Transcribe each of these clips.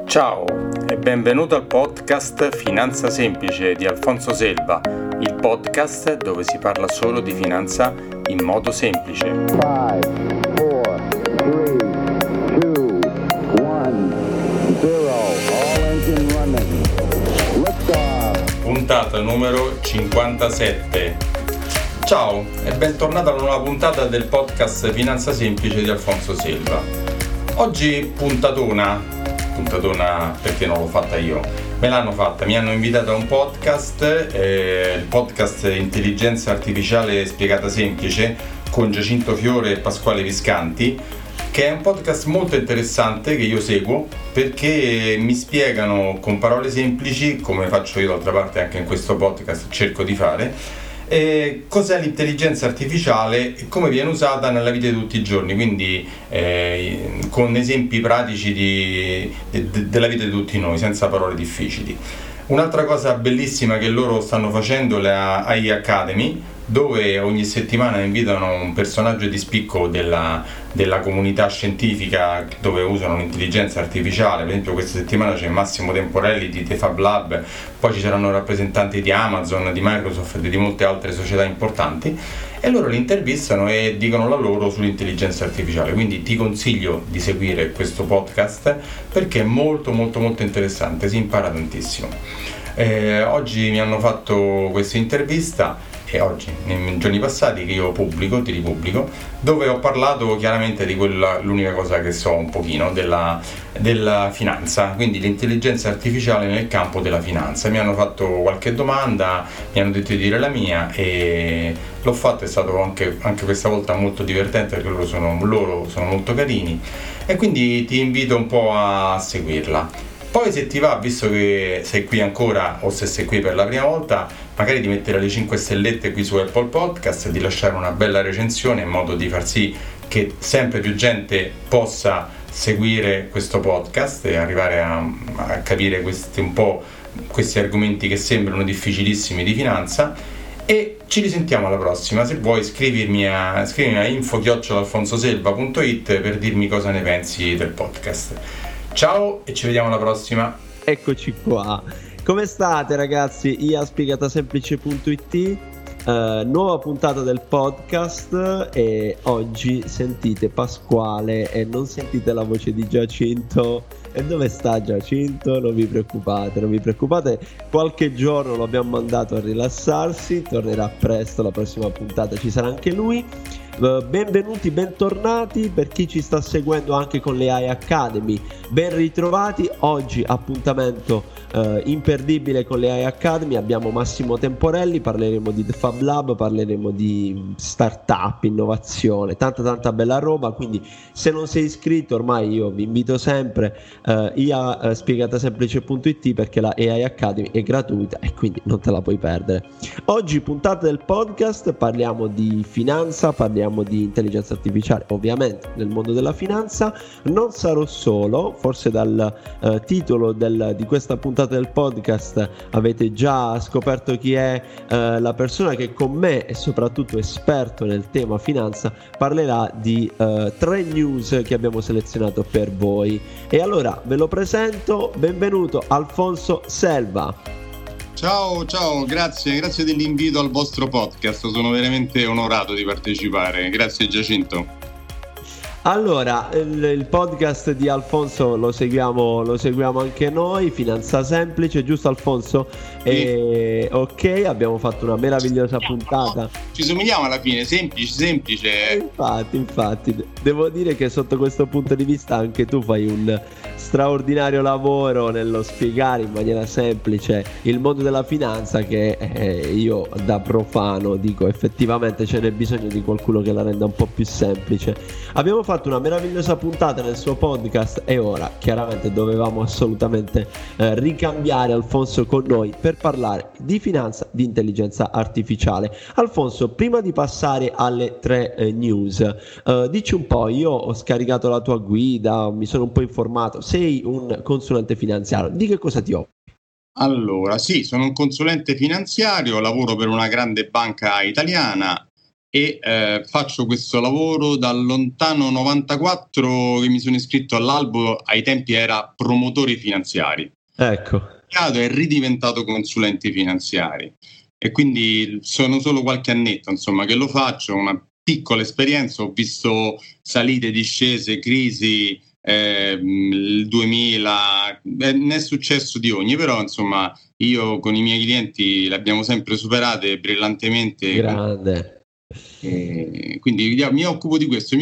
Ciao e benvenuto al podcast Finanza Semplice di Alfonso Selva, il podcast dove si parla solo di finanza in modo semplice. 5, 4, 3, 2, 1, 0, all engine running. Liftoff. Puntata numero 57. Ciao e bentornato alla nuova puntata del podcast Finanza Semplice di Alfonso Selva. Oggi puntatona perché non l'ho fatta io, me l'hanno fatta, mi hanno invitato a un podcast, il podcast Intelligenza Artificiale Spiegata Semplice con Giacinto Fiore e Pasquale Viscanti, che è un podcast molto interessante che io seguo perché mi spiegano con parole semplici, come faccio io d'altra parte anche in questo podcast cerco di fare, cos'è l'intelligenza artificiale e come viene usata nella vita di tutti i giorni, quindi con esempi pratici della vita di tutti noi, senza parole difficili. Un'altra cosa bellissima che loro stanno facendo è la AI Academy, dove ogni settimana invitano un personaggio di spicco della comunità scientifica dove usano l'intelligenza artificiale. Per esempio questa settimana c'è Massimo Temporelli di The Fab Lab, poi ci saranno rappresentanti di Amazon, di Microsoft e di molte altre società importanti, e loro li intervistano e dicono la loro sull'intelligenza artificiale. Quindi ti consiglio di seguire questo podcast perché è molto molto molto interessante, si impara tantissimo. Oggi mi hanno fatto questa intervista, e oggi, nei giorni passati, che io ti ripubblico, dove ho parlato chiaramente di l'unica cosa che so un pochino, della finanza, quindi l'intelligenza artificiale nel campo della finanza. Mi hanno fatto qualche domanda, mi hanno detto di dire la mia e l'ho fatto. È stato anche questa volta molto divertente perché loro sono molto carini, e quindi ti invito un po' a seguirla. Poi se ti va, visto che sei qui ancora o se sei qui per la prima volta, magari di mettere le 5 stellette qui su Apple Podcast e di lasciare una bella recensione in modo di far sì che sempre più gente possa seguire questo podcast e arrivare a capire questi argomenti che sembrano difficilissimi di finanza. E ci risentiamo alla prossima. Se vuoi scrivimi a info@alfonsoselva.it per dirmi cosa ne pensi del podcast. Ciao e ci vediamo alla prossima. Eccoci qua. Come state ragazzi? iaspiegatasemplice.it, nuova puntata del podcast, e oggi sentite Pasquale e non sentite la voce di Giacinto. E dove sta Giacinto? Non vi preoccupate, qualche giorno lo abbiamo mandato a rilassarsi, tornerà presto, la prossima puntata ci sarà anche lui. Benvenuti, bentornati per chi ci sta seguendo anche con le AI Academy, ben ritrovati. Oggi appuntamento imperdibile con le AI Academy, abbiamo Massimo Temporelli, parleremo di The Fab Lab, parleremo di startup, innovazione, tanta bella roba. Quindi se non sei iscritto, ormai io vi invito sempre spiegatasemplice.it, perché la AI Academy è gratuita e quindi non te la puoi perdere. Oggi puntata del podcast, parliamo di finanza, parliamo di intelligenza artificiale, ovviamente nel mondo della finanza. Non sarò solo, forse dal titolo di questa puntata del podcast avete già scoperto chi è la persona che con me e soprattutto esperto nel tema finanza parlerà di 3 news che abbiamo selezionato per voi. E allora ve lo presento, benvenuto Alfonso Selva. Ciao, grazie dell'invito al vostro podcast, sono veramente onorato di partecipare, grazie Giacinto. Allora, il podcast di Alfonso lo seguiamo anche noi, Finanza Semplice, giusto Alfonso? Sì. Ok, abbiamo fatto una meravigliosa puntata. Ci somigliamo alla fine, semplice. Infatti, devo dire che sotto questo punto di vista anche tu fai un straordinario lavoro nello spiegare in maniera semplice il mondo della finanza, che io da profano dico effettivamente ce n'è bisogno di qualcuno che la renda un po' più semplice. Abbiamo fatto una meravigliosa puntata nel suo podcast e ora chiaramente dovevamo assolutamente ricambiare Alfonso con noi per parlare di finanza, di intelligenza artificiale. Alfonso, prima di passare alle 3 news, dici un po', io ho scaricato la tua guida, mi sono un po' informato, sei un consulente finanziario, di che cosa ti occupi? Allora, sì, sono un consulente finanziario, lavoro per una grande banca italiana e faccio questo lavoro dal lontano 94 che mi sono iscritto all'albo, ai tempi era promotore finanziari. Ecco. È ridiventato consulenti finanziari e quindi sono solo qualche annetto insomma che lo faccio, una piccola esperienza, ho visto salite, discese, crisi, il 2000, ne è successo di ogni, però insomma io con i miei clienti le abbiamo sempre superate brillantemente. Grande. Quindi mi occupo di questo,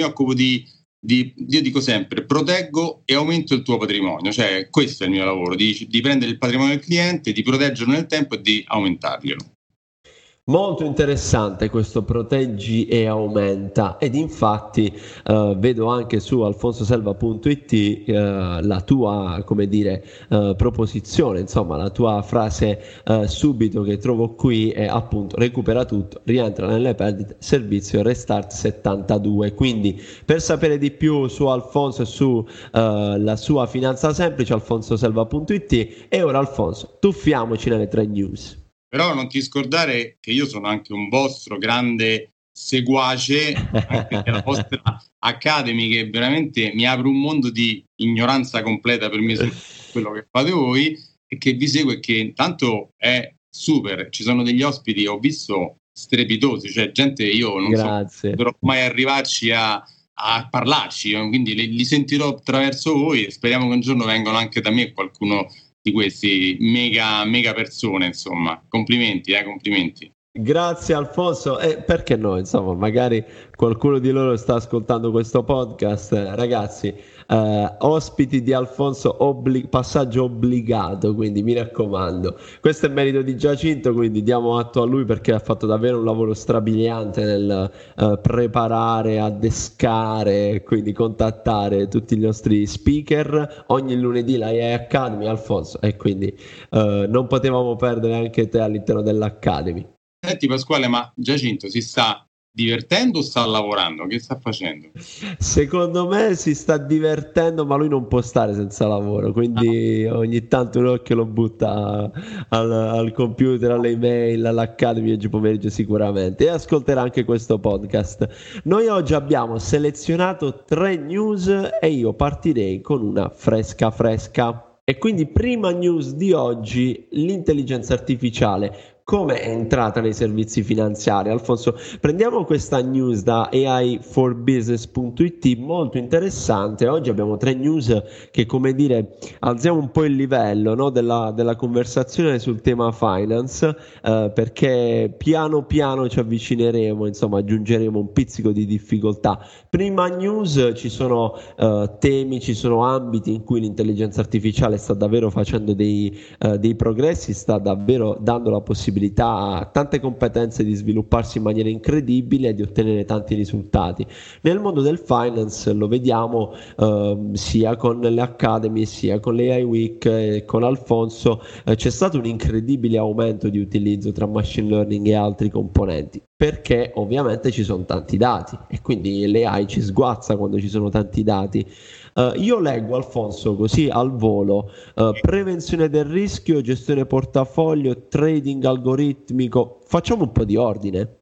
io dico sempre proteggo e aumento il tuo patrimonio, cioè questo è il mio lavoro, di prendere il patrimonio del cliente, di proteggerlo nel tempo e di aumentarglielo. Molto interessante questo proteggi e aumenta, ed infatti vedo anche su alfonsoselva.it la tua, come dire, proposizione, insomma la tua frase subito che trovo qui è appunto recupera tutto, rientra nelle perdite, servizio Restart 72. Quindi per sapere di più su Alfonso e su la sua finanza semplice, alfonsoselva.it. E ora Alfonso, tuffiamoci nelle 3 news. Però non ti scordare che io sono anche un vostro grande seguace anche della vostra Academy, che veramente mi apre un mondo di ignoranza completa per me su quello che fate voi, e che vi segue e che intanto è super. Ci sono degli ospiti, ho visto, strepitosi, cioè gente, io non so, dovrò mai arrivarci a parlarci, quindi li sentirò attraverso voi e speriamo che un giorno vengano anche da me qualcuno di questi mega persone, insomma. Complimenti. Grazie Alfonso, perché no, insomma, magari qualcuno di loro sta ascoltando questo podcast. Ragazzi, ospiti di Alfonso, passaggio obbligato, quindi mi raccomando, questo è merito di Giacinto, quindi diamo atto a lui perché ha fatto davvero un lavoro strabiliante nel preparare, addescare, quindi contattare tutti i nostri speaker. Ogni lunedì la AI Academy, Alfonso, e quindi non potevamo perdere anche te all'interno dell'Academy. Senti Pasquale, ma Giacinto si sta divertendo o sta lavorando? Che sta facendo? Secondo me si sta divertendo, ma lui non può stare senza lavoro, quindi ogni tanto un occhio lo butta al computer, alle email, all'Academy oggi pomeriggio sicuramente, e ascolterà anche questo podcast. Noi oggi abbiamo selezionato 3 news e io partirei con una fresca. E quindi prima news di oggi, l'intelligenza artificiale come è entrata nei servizi finanziari. Alfonso, prendiamo questa news da AI4Business.it, molto interessante. Oggi abbiamo 3 news che, come dire, alziamo un po' il livello, no, della conversazione sul tema finance, perché piano piano ci avvicineremo, insomma aggiungeremo un pizzico di difficoltà. Prima news, ci sono temi, ci sono ambiti in cui l'intelligenza artificiale sta davvero facendo dei progressi, sta davvero dando la possibilità a tante competenze di svilupparsi in maniera incredibile e di ottenere tanti risultati. Nel mondo del finance lo vediamo sia con le Academy, sia con le AI Week e con Alfonso, c'è stato un incredibile aumento di utilizzo tra machine learning e altri componenti, perché ovviamente ci sono tanti dati e quindi l'AI ci sguazza quando ci sono tanti dati. Io leggo, Alfonso, così al volo, prevenzione del rischio, gestione portafoglio, trading algoritmico. Facciamo un po' di ordine.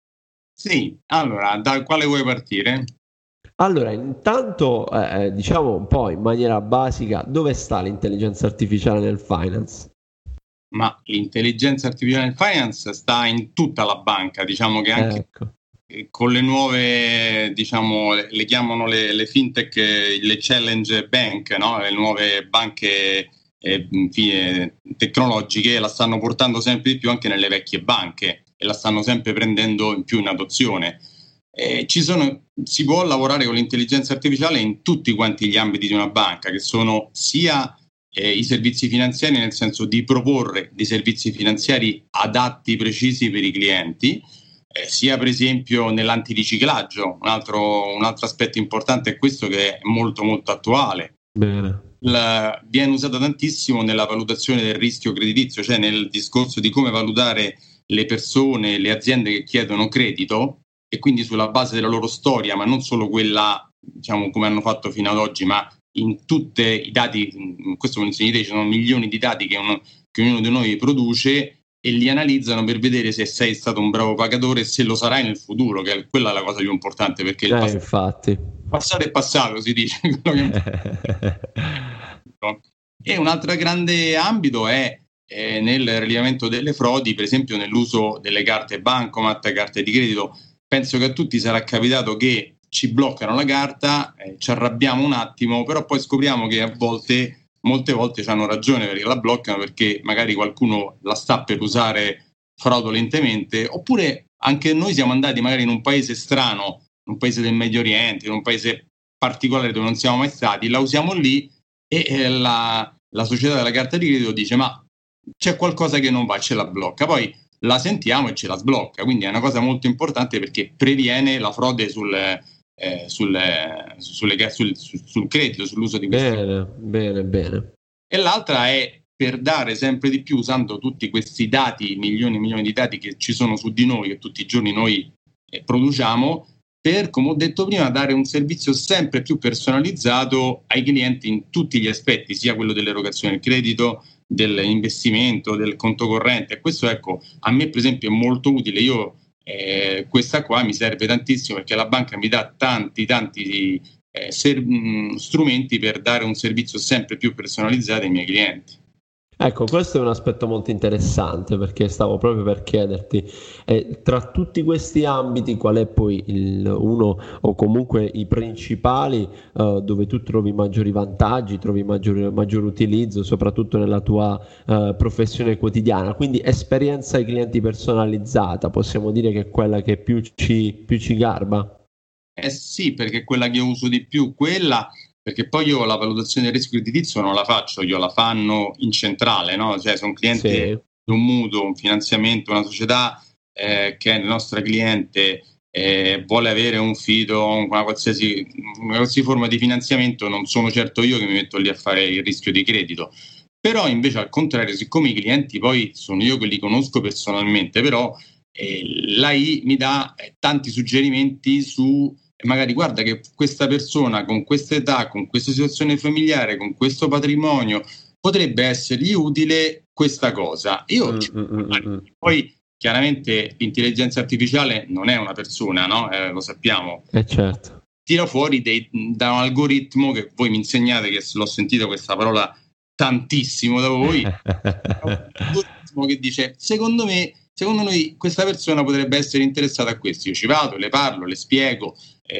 Sì, allora, da quale vuoi partire? Allora, intanto, diciamo un po' in maniera basica, dove sta l'intelligenza artificiale nel finance? Ma l'intelligenza artificiale nel finance sta in tutta la banca, diciamo che anche con le nuove, diciamo, le chiamano le fintech, le challenge bank, no? Le nuove banche tecnologiche la stanno portando sempre di più anche nelle vecchie banche e la stanno sempre prendendo in più in adozione. Si può lavorare con l'intelligenza artificiale in tutti quanti gli ambiti di una banca, che sono sia i servizi finanziari, nel senso di proporre dei servizi finanziari adatti, precisi per i clienti, sia per esempio nell'antiriciclaggio. Un altro aspetto importante è questo, che è molto molto attuale. Bene. Viene usata tantissimo nella valutazione del rischio creditizio, cioè nel discorso di come valutare le persone, le aziende che chiedono credito, e quindi sulla base della loro storia, ma non solo quella, diciamo, come hanno fatto fino ad oggi, ma in tutti i dati. Questo me lo insegnate, ci sono milioni di dati che ognuno di noi produce, e li analizzano per vedere se sei stato un bravo pagatore e se lo sarai nel futuro, che quella è la cosa più importante, perché infatti. Passato è passato, si dice. E un altro grande ambito è nel rilevamento delle frodi, per esempio nell'uso delle carte bancomat, carte di credito. Penso che a tutti sarà capitato che ci bloccano la carta, ci arrabbiamo un attimo, però poi scopriamo che molte volte hanno ragione perché la bloccano, perché magari qualcuno la sta per usare fraudolentemente, oppure anche noi siamo andati magari in un paese strano, un paese del Medio Oriente, in un paese particolare dove non siamo mai stati, la usiamo lì e la società della carta di credito dice ma c'è qualcosa che non va, ce la blocca, poi la sentiamo e ce la sblocca, quindi è una cosa molto importante perché previene la frode sul credito, sull'uso di questi. Bene. E l'altra è per dare sempre di più, usando tutti questi dati, milioni e milioni di dati che ci sono su di noi, che tutti i giorni noi produciamo, per, come ho detto prima, dare un servizio sempre più personalizzato ai clienti in tutti gli aspetti, sia quello dell'erogazione del credito, dell'investimento, del conto corrente. E questo, ecco, a me per esempio è molto utile. Io questa qua mi serve tantissimo perché la banca mi dà tanti strumenti per dare un servizio sempre più personalizzato ai miei clienti. Ecco, questo è un aspetto molto interessante, perché stavo proprio per chiederti, tra tutti questi ambiti qual è poi uno o comunque i principali dove tu trovi maggiori vantaggi, trovi maggior utilizzo, soprattutto nella tua professione quotidiana. Quindi esperienza ai clienti personalizzata, possiamo dire che è quella che più ci garba? Sì, perché è quella che uso di più, perché poi io la valutazione del rischio creditizio non la faccio io, la fanno in centrale, no? Cioè se un cliente di un mutuo, un finanziamento, una società che è la nostra cliente vuole avere un fido, una qualsiasi forma di finanziamento, non sono certo io che mi metto lì a fare il rischio di credito. Però invece al contrario, siccome i clienti poi sono io che li conosco personalmente, però l'AI mi dà tanti suggerimenti su magari guarda che questa persona con questa età, con questa situazione familiare, con questo patrimonio potrebbe essergli utile questa cosa. Poi chiaramente l'intelligenza artificiale non è una persona, no? Lo sappiamo. Certo. Tira fuori da un algoritmo che voi mi insegnate, che l'ho sentito questa parola tantissimo da voi, un algoritmo che dice secondo noi questa persona potrebbe essere interessata a questo. Io ci vado, le parlo, le spiego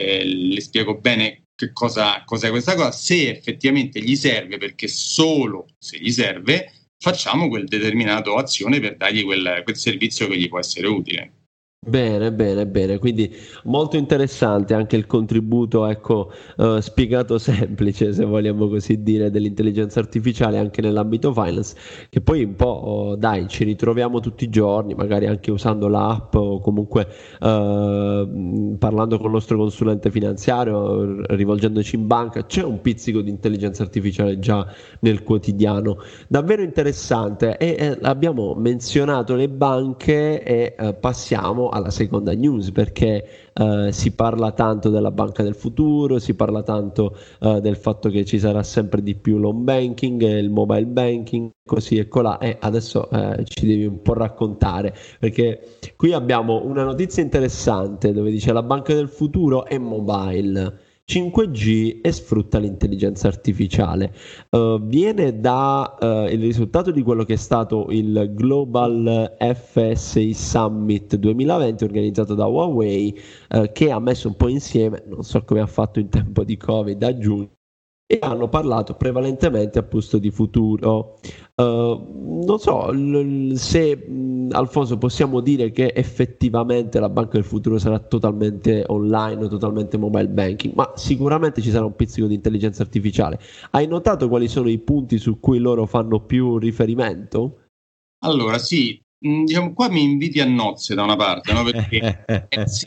bene che cosa è questa cosa, se effettivamente gli serve, perché solo se gli serve facciamo quel determinato azione per dargli quel servizio che gli può essere utile. Bene, quindi molto interessante anche il contributo, ecco, spiegato semplice, se vogliamo così dire, dell'intelligenza artificiale anche nell'ambito finance, che poi un po' ci ritroviamo tutti i giorni, magari anche usando l'app o comunque parlando con il nostro consulente finanziario, rivolgendoci in banca, c'è un pizzico di intelligenza artificiale già nel quotidiano, davvero interessante. E abbiamo menzionato le banche e passiamo alla seconda news, perché si parla tanto della banca del futuro, si parla tanto del fatto che ci sarà sempre di più l'home banking, il mobile banking, così e colà, e adesso ci devi un po' raccontare, perché qui abbiamo una notizia interessante dove dice la banca del futuro è mobile, 5G e sfrutta l'intelligenza artificiale. Viene da il risultato di quello che è stato il Global FSI Summit 2020 organizzato da Huawei, che ha messo un po' insieme, non so come ha fatto in tempo di Covid a giugno, e hanno parlato prevalentemente appunto di futuro. Non so se Alfonso possiamo dire che effettivamente la banca del futuro sarà totalmente online o totalmente mobile banking, ma sicuramente ci sarà un pizzico di intelligenza artificiale. Hai notato quali sono i punti su cui loro fanno più riferimento? Allora sì, diciamo qua mi inviti a nozze da una parte, no? Perché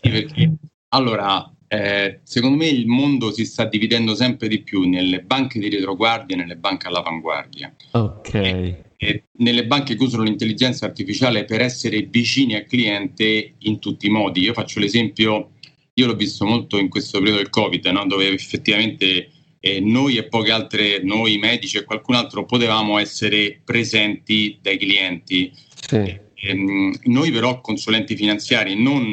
allora secondo me il mondo si sta dividendo sempre di più nelle banche di retroguardia e nelle banche all'avanguardia. Ok. E nelle banche che usano l'intelligenza artificiale per essere vicini al cliente in tutti i modi. Io faccio l'esempio, io l'ho visto molto in questo periodo del Covid, no? Dove effettivamente noi e poche altre, noi medici e qualcun altro, potevamo essere presenti dai clienti. Sì. Noi però consulenti finanziari,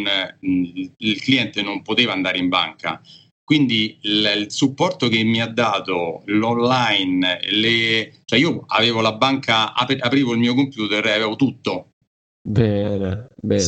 il cliente non poteva andare in banca, quindi il supporto che mi ha dato l'online, cioè io avevo la banca, aprivo il mio computer e avevo tutto. Bene.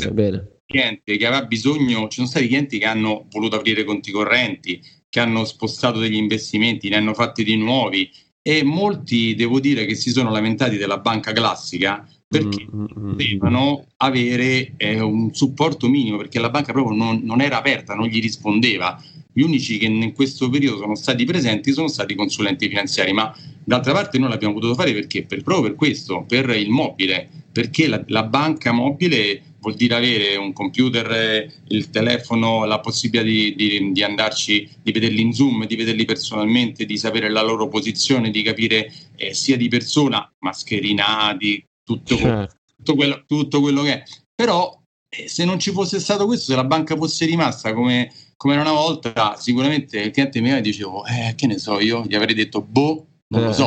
Cliente che aveva bisogno, ci sono stati clienti che hanno voluto aprire conti correnti, che hanno spostato degli investimenti, ne hanno fatti di nuovi, e molti, devo dire, che si sono lamentati della banca classica perché potevano avere un supporto minimo, perché la banca proprio non era aperta, non gli rispondeva. Gli unici che in questo periodo sono stati presenti sono stati i consulenti finanziari, ma d'altra parte noi l'abbiamo potuto fare perché? Proprio per questo, per il mobile, perché la banca mobile vuol dire avere un computer, il telefono, la possibilità di andarci, di vederli in Zoom, di vederli personalmente, di sapere la loro posizione, di capire sia di persona, mascherinati, tutto quello che è. Però se non ci fosse stato questo, se la banca fosse rimasta come era una volta, sicuramente il cliente mi dicevo, che ne so, io gli avrei detto non lo so.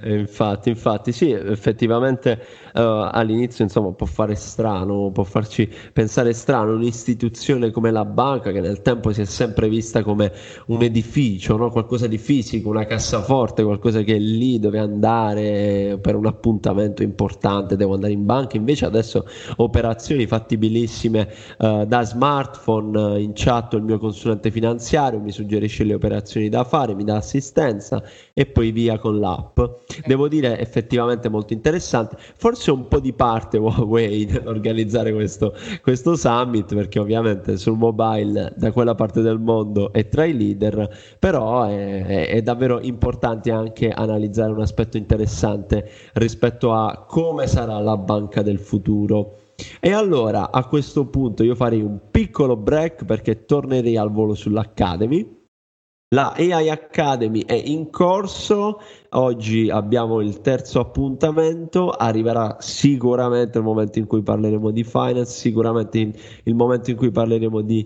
Infatti sì, effettivamente all'inizio insomma può fare strano, può farci pensare strano un'istituzione come la banca, che nel tempo si è sempre vista come un edificio, no? Qualcosa di fisico, una cassaforte, qualcosa che è lì dove andare per un appuntamento importante, devo andare in banca. Invece adesso operazioni fattibilissime da smartphone, in chat il mio consulente finanziario mi suggerisce le operazioni da fare, mi dà assistenza e poi via con l'app. Devo dire effettivamente molto interessante, forse un po' di parte Huawei nell'organizzare questo summit, perché ovviamente sul mobile da quella parte del mondo è tra i leader, però è davvero importante anche analizzare un aspetto interessante rispetto a come sarà la banca del futuro. E allora a questo punto io farei un piccolo break perché tornerei al volo sull'Academy. La AI Academy è in corso, oggi abbiamo il terzo appuntamento, arriverà sicuramente il momento in cui parleremo di finance, sicuramente il momento in cui parleremo di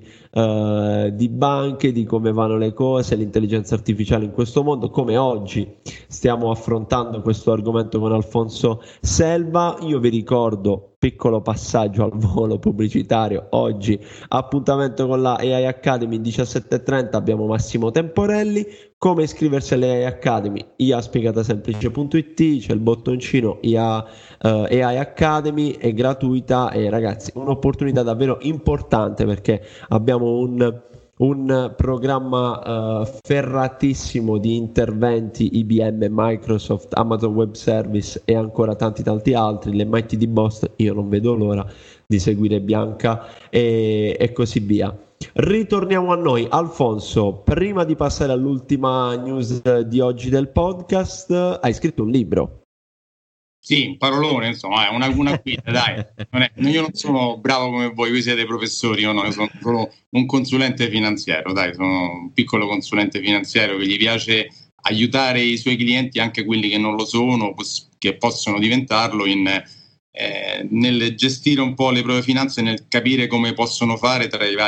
banche, di come vanno le cose, l'intelligenza artificiale in questo mondo, come oggi stiamo affrontando questo argomento con Alfonso Selva. Io vi ricordo, piccolo passaggio al volo pubblicitario, oggi appuntamento con la AI Academy 17:30, abbiamo Massimo Temporelli. Come iscriversi alle AI Academy? iaspiegatasemplice.it, c'è il bottoncino AI Academy, è gratuita e ragazzi un'opportunità davvero importante perché abbiamo un programma ferratissimo di interventi IBM, Microsoft, Amazon Web Service e ancora tanti altri, l'MIT di Boston. Io non vedo l'ora di seguire Bianca e così via. Ritorniamo a noi. Alfonso, prima di passare all'ultima news di oggi del podcast, hai scritto un libro. Sì, un parolone, insomma, è una guida, dai. Io non sono bravo come voi siete professori, io sono solo un consulente finanziario, dai, sono un piccolo consulente finanziario che gli piace aiutare i suoi clienti, anche quelli che non lo sono, che possono diventarlo, nel gestire un po' le proprie finanze, nel capire come possono fare tra le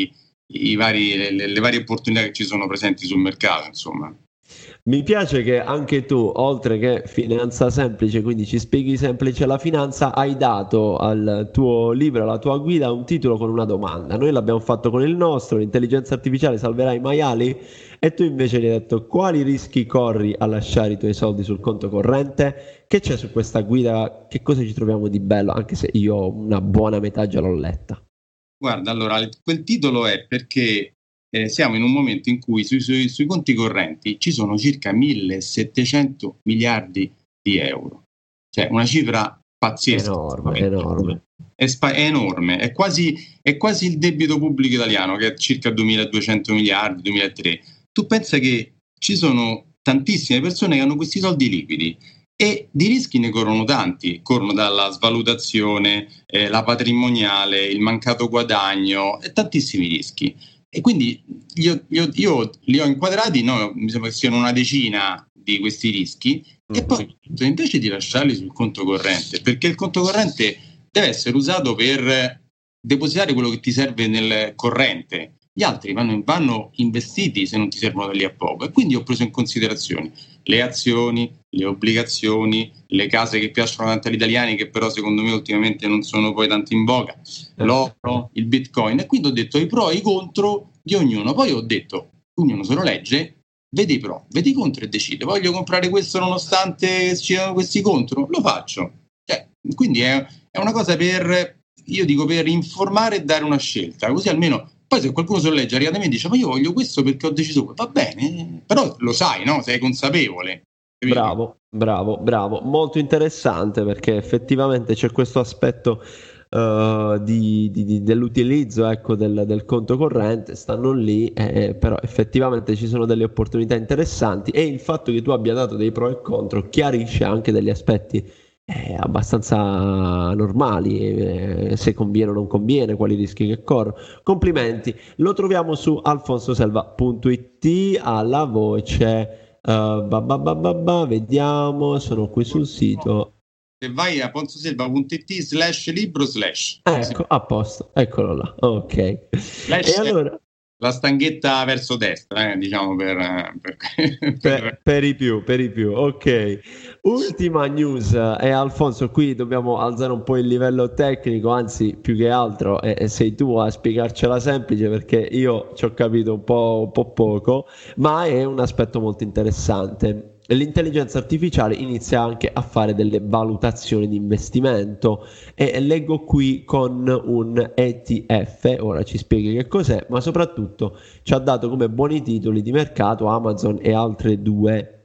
varie opportunità che ci sono presenti sul mercato, insomma. Mi piace che anche tu, oltre che finanza semplice, quindi ci spieghi semplice la finanza, hai dato al tuo libro, alla tua guida, un titolo con una domanda. Noi l'abbiamo fatto con il nostro, l'intelligenza artificiale salverà i maiali, e tu invece gli hai detto quali rischi corri a lasciare i tuoi soldi sul conto corrente. Che c'è su questa guida? Che cosa ci troviamo di bello? Anche se io una buona metà già l'ho letta. Guarda, allora, quel titolo è perché siamo in un momento in cui sui conti correnti ci sono circa 1.700 miliardi di euro, cioè una cifra pazzesca, enorme. È enorme, è quasi il debito pubblico italiano, che è circa 2.200 miliardi, 2.300. Tu pensa che ci sono tantissime persone che hanno questi soldi liquidi e di rischi ne corrono tanti, corrono dalla svalutazione, la patrimoniale, il mancato guadagno e tantissimi rischi. E quindi io li ho inquadrati, no, mi sembra che siano una decina di questi rischi, e poi invece di lasciarli sul conto corrente, perché il conto corrente deve essere usato per depositare quello che ti serve nel corrente, gli altri vanno investiti se non ti servono da lì a poco. E quindi ho preso in considerazione le azioni, le obbligazioni, le case che piacciono tanto agli italiani, che però secondo me ultimamente non sono poi tanto in voga, l'oro, il bitcoin. E quindi ho detto i pro e i contro di ognuno. Poi ho detto, ognuno se lo legge, vede i pro, vede i contro e decide, voglio comprare questo nonostante ci siano questi contro, lo faccio. Quindi è una cosa per informare e dare una scelta, così almeno poi se qualcuno se lo legge arriva e dice ma io voglio questo perché ho deciso, va bene, però lo sai, no? Sei consapevole. Bravo, molto interessante, perché effettivamente c'è questo aspetto dell'utilizzo, ecco, del conto corrente, stanno lì, però effettivamente ci sono delle opportunità interessanti, e il fatto che tu abbia dato dei pro e contro chiarisce anche degli aspetti abbastanza normali, se conviene o non conviene, quali rischi che corro. Complimenti. Lo troviamo su alfonsoselva.it alla voce vediamo, sono qui sul sito. Se vai a alfonsoselva.it/libro/. Ecco, a posto, eccolo là, ok. E allora la stanghetta verso destra, diciamo per i più, ok. Ultima news, Alfonso, qui dobbiamo alzare un po' il livello tecnico, anzi più che altro sei tu a spiegarcela semplice, perché io ci ho capito un po' poco, ma è un aspetto molto interessante. L'intelligenza artificiale inizia anche a fare delle valutazioni di investimento, e leggo qui con un ETF, ora ci spieghi che cos'è, ma soprattutto ci ha dato come buoni titoli di mercato Amazon e altre due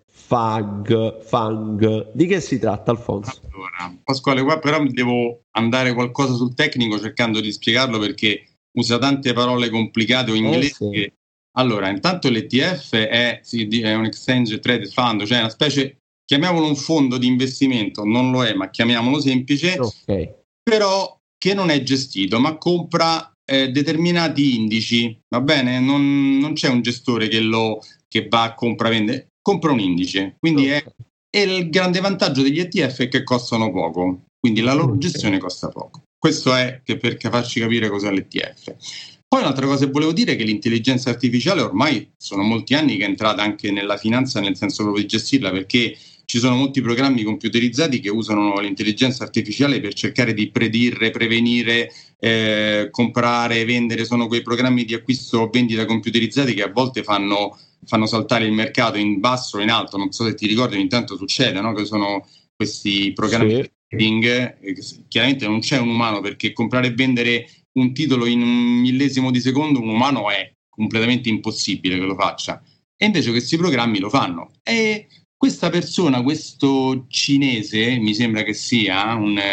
FANG. Di che si tratta, Alfonso? Allora, Pasquale, qua però devo andare qualcosa sul tecnico cercando di spiegarlo, perché usa tante parole complicate o inglesi sì. Allora, intanto l'ETF è un exchange traded fund, cioè una specie, chiamiamolo un fondo di investimento, non lo è, ma chiamiamolo semplice, okay. Però che non è gestito, ma compra determinati indici, va bene? Non c'è un gestore che va a compravendere, compra un indice, quindi okay. E il grande vantaggio degli ETF è che costano poco, quindi la loro gestione costa poco. Questo è che per farci capire cos'è l'ETF. Poi un'altra cosa che volevo dire è che l'intelligenza artificiale ormai sono molti anni che è entrata anche nella finanza, nel senso proprio di gestirla, perché ci sono molti programmi computerizzati che usano l'intelligenza artificiale per cercare di predire, prevenire, comprare, vendere. Sono quei programmi di acquisto o vendita computerizzati che a volte fanno saltare il mercato in basso o in alto. Non so se ti ricordi, ogni tanto succede, no? Che sono questi programmi di trading, chiaramente non c'è un umano, perché comprare e vendere un titolo in un millesimo di secondo un umano è completamente impossibile che lo faccia, e invece questi programmi lo fanno. E questa persona, questo cinese, mi sembra che sia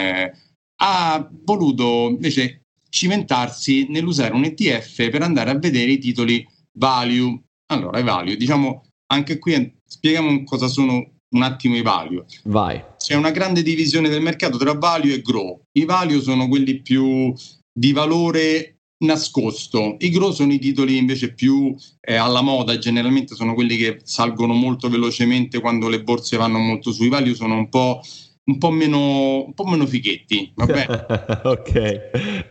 ha voluto invece cimentarsi nell'usare un ETF per andare a vedere i titoli value. Allora, i value, diciamo, anche qui spieghiamo cosa sono un attimo i value. Vai. C'è una grande divisione del mercato tra value e grow. I value sono quelli più di valore nascosto, i grow sono i titoli invece più alla moda, generalmente sono quelli che salgono molto velocemente quando le borse vanno molto su. I value sono un po' meno fighetti, va bene? Ok.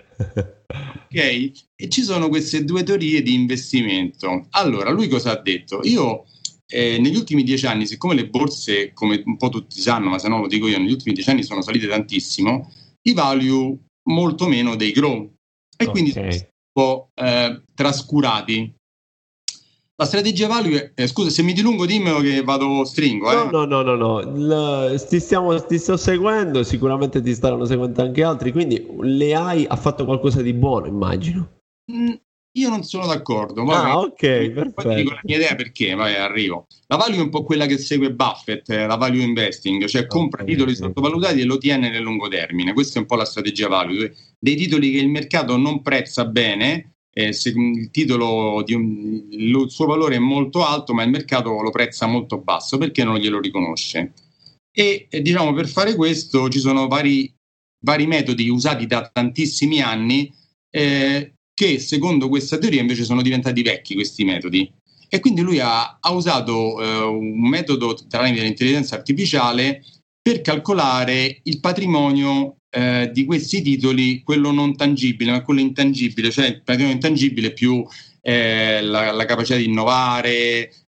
E ci sono queste due teorie di investimento. Allora, lui cosa ha detto? Io negli ultimi 10 anni, siccome le borse, come un po' tutti sanno, ma se no lo dico io, negli ultimi 10 anni sono salite tantissimo, i value molto meno dei grow, e quindi sono un po' trascurati. La strategia value scusa se mi dilungo, dimmelo che vado stringo. No. Ti sto seguendo, sicuramente ti staranno seguendo anche altri, quindi l'AI ha fatto qualcosa di buono, immagino. Io non sono d'accordo. Ok, perfetto. Poi dico la mia idea, perché arrivo. La value è un po' quella che segue Buffett, la value investing, cioè compra titoli sottovalutati e lo tiene nel lungo termine. Questa è un po' la strategia value, dei titoli che il mercato non prezza bene. Se il titolo il suo valore è molto alto, ma il mercato lo prezza molto basso perché non glielo riconosce. E diciamo, per fare questo ci sono vari metodi usati da tantissimi anni, che secondo questa teoria invece sono diventati vecchi questi metodi, e quindi lui ha usato un metodo tramite l'intelligenza artificiale per calcolare il patrimonio di questi titoli, quello non tangibile, ma quello intangibile, cioè il patrimonio intangibile più la capacità di innovare,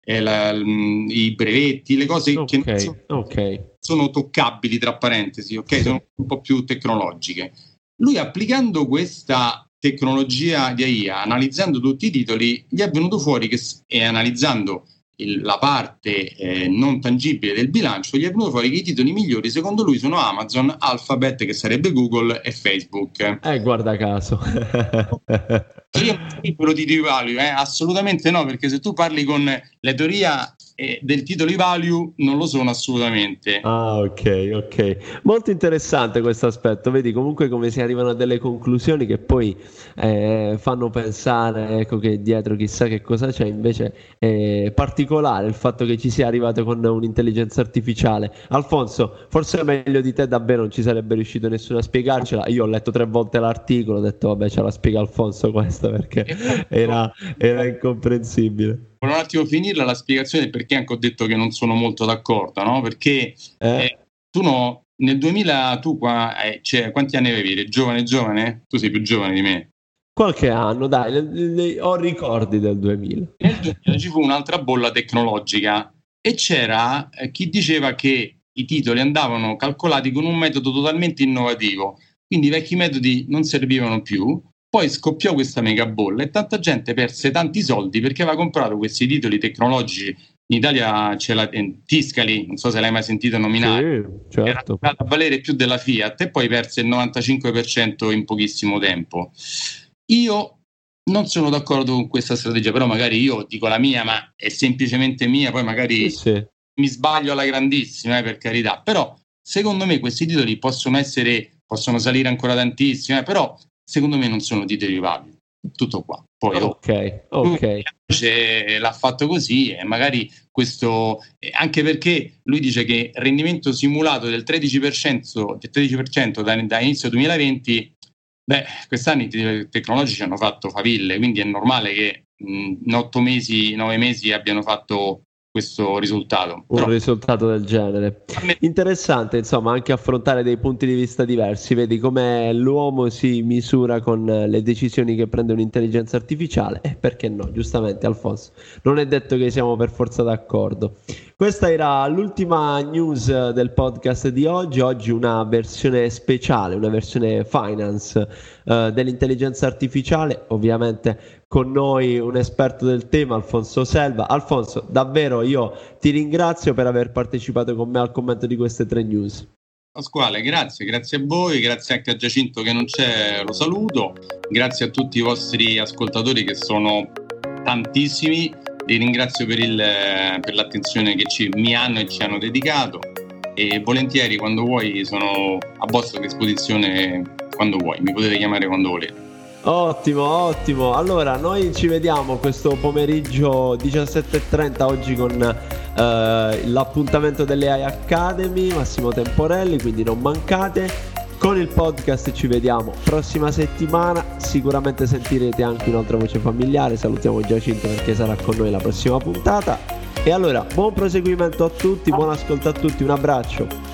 i brevetti, le cose che sono toccabili, tra parentesi, ok? Sono un po' più tecnologiche. Lui, applicando questa tecnologia di AI, analizzando tutti i titoli, gli è venuto fuori e analizzando la parte non tangibile del bilancio, gli è venuto fuori che i titoli migliori secondo lui sono Amazon, Alphabet, che sarebbe Google, e Facebook. Guarda caso. Io quello di titoli value, assolutamente no, perché se tu parli con le teorie del titoli value non lo sono assolutamente. Ok, molto interessante questo aspetto. Vedi comunque come si arrivano a delle conclusioni che poi fanno pensare, ecco, che dietro chissà che cosa c'è. Invece è particolare il fatto che ci sia arrivato con un'intelligenza artificiale. Alfonso, forse meglio di te davvero non ci sarebbe riuscito nessuno a spiegarcela. Io ho letto 3 volte l'articolo, ho detto vabbè, ce la spiega Alfonso questo, perché era incomprensibile. Volevo un attimo finirla la spiegazione, perché anche ho detto che non sono molto d'accordo, no? Perché nel 2000 tu quanti anni avevi? Eri giovane? Tu sei più giovane di me. Qualche anno, dai, ho ricordi del 2000. Nel 2000 ci fu un'altra bolla tecnologica e c'era chi diceva che i titoli andavano calcolati con un metodo totalmente innovativo, quindi i vecchi metodi non servivano più. Poi scoppiò questa mega bolla e tanta gente perse tanti soldi perché aveva comprato questi titoli tecnologici. In Italia c'è la Tiscali, non so se l'hai mai sentito nominare, sì, certo. Era a valere più della Fiat e poi perse il 95% in pochissimo tempo. Io non sono d'accordo con questa strategia, però magari io dico la mia, ma è semplicemente mia, poi magari mi sbaglio alla grandissima, per carità. Però secondo me questi titoli possono salire ancora tantissimo, però secondo me non sono titoli value. Tutto qua. Poi l'ha fatto così e magari questo, anche perché lui dice che il rendimento simulato del 13% da inizio 2020, quest'anno i tecnologici hanno fatto faville, quindi è normale che in 9 mesi abbiano fatto questo risultato. Un risultato del genere. Interessante, insomma, anche affrontare dei punti di vista diversi. Vedi come l'uomo si misura con le decisioni che prende un'intelligenza artificiale. Perché no? Giustamente, Alfonso. Non è detto che siamo per forza d'accordo. Questa era l'ultima news del podcast di oggi. Oggi una versione speciale, una versione finance dell'intelligenza artificiale. Ovviamente con noi un esperto del tema, Alfonso Selva. Alfonso, davvero io ti ringrazio per aver partecipato con me al commento di queste 3 news. Pasquale, grazie a voi, grazie anche a Giacinto che non c'è, lo saluto, grazie a tutti i vostri ascoltatori che sono tantissimi, li ringrazio per l'attenzione che mi hanno e ci hanno dedicato e volentieri quando vuoi sono a vostra disposizione, quando vuoi, mi potete chiamare quando volete. Ottimo. Allora, noi ci vediamo questo pomeriggio 17:30 oggi con l'appuntamento delle AI Academy, Massimo Temporelli, quindi non mancate. Con il podcast ci vediamo prossima settimana, sicuramente sentirete anche un'altra voce familiare. Salutiamo Giacinto perché sarà con noi la prossima puntata. E allora, buon proseguimento a tutti, buon ascolto a tutti, un abbraccio.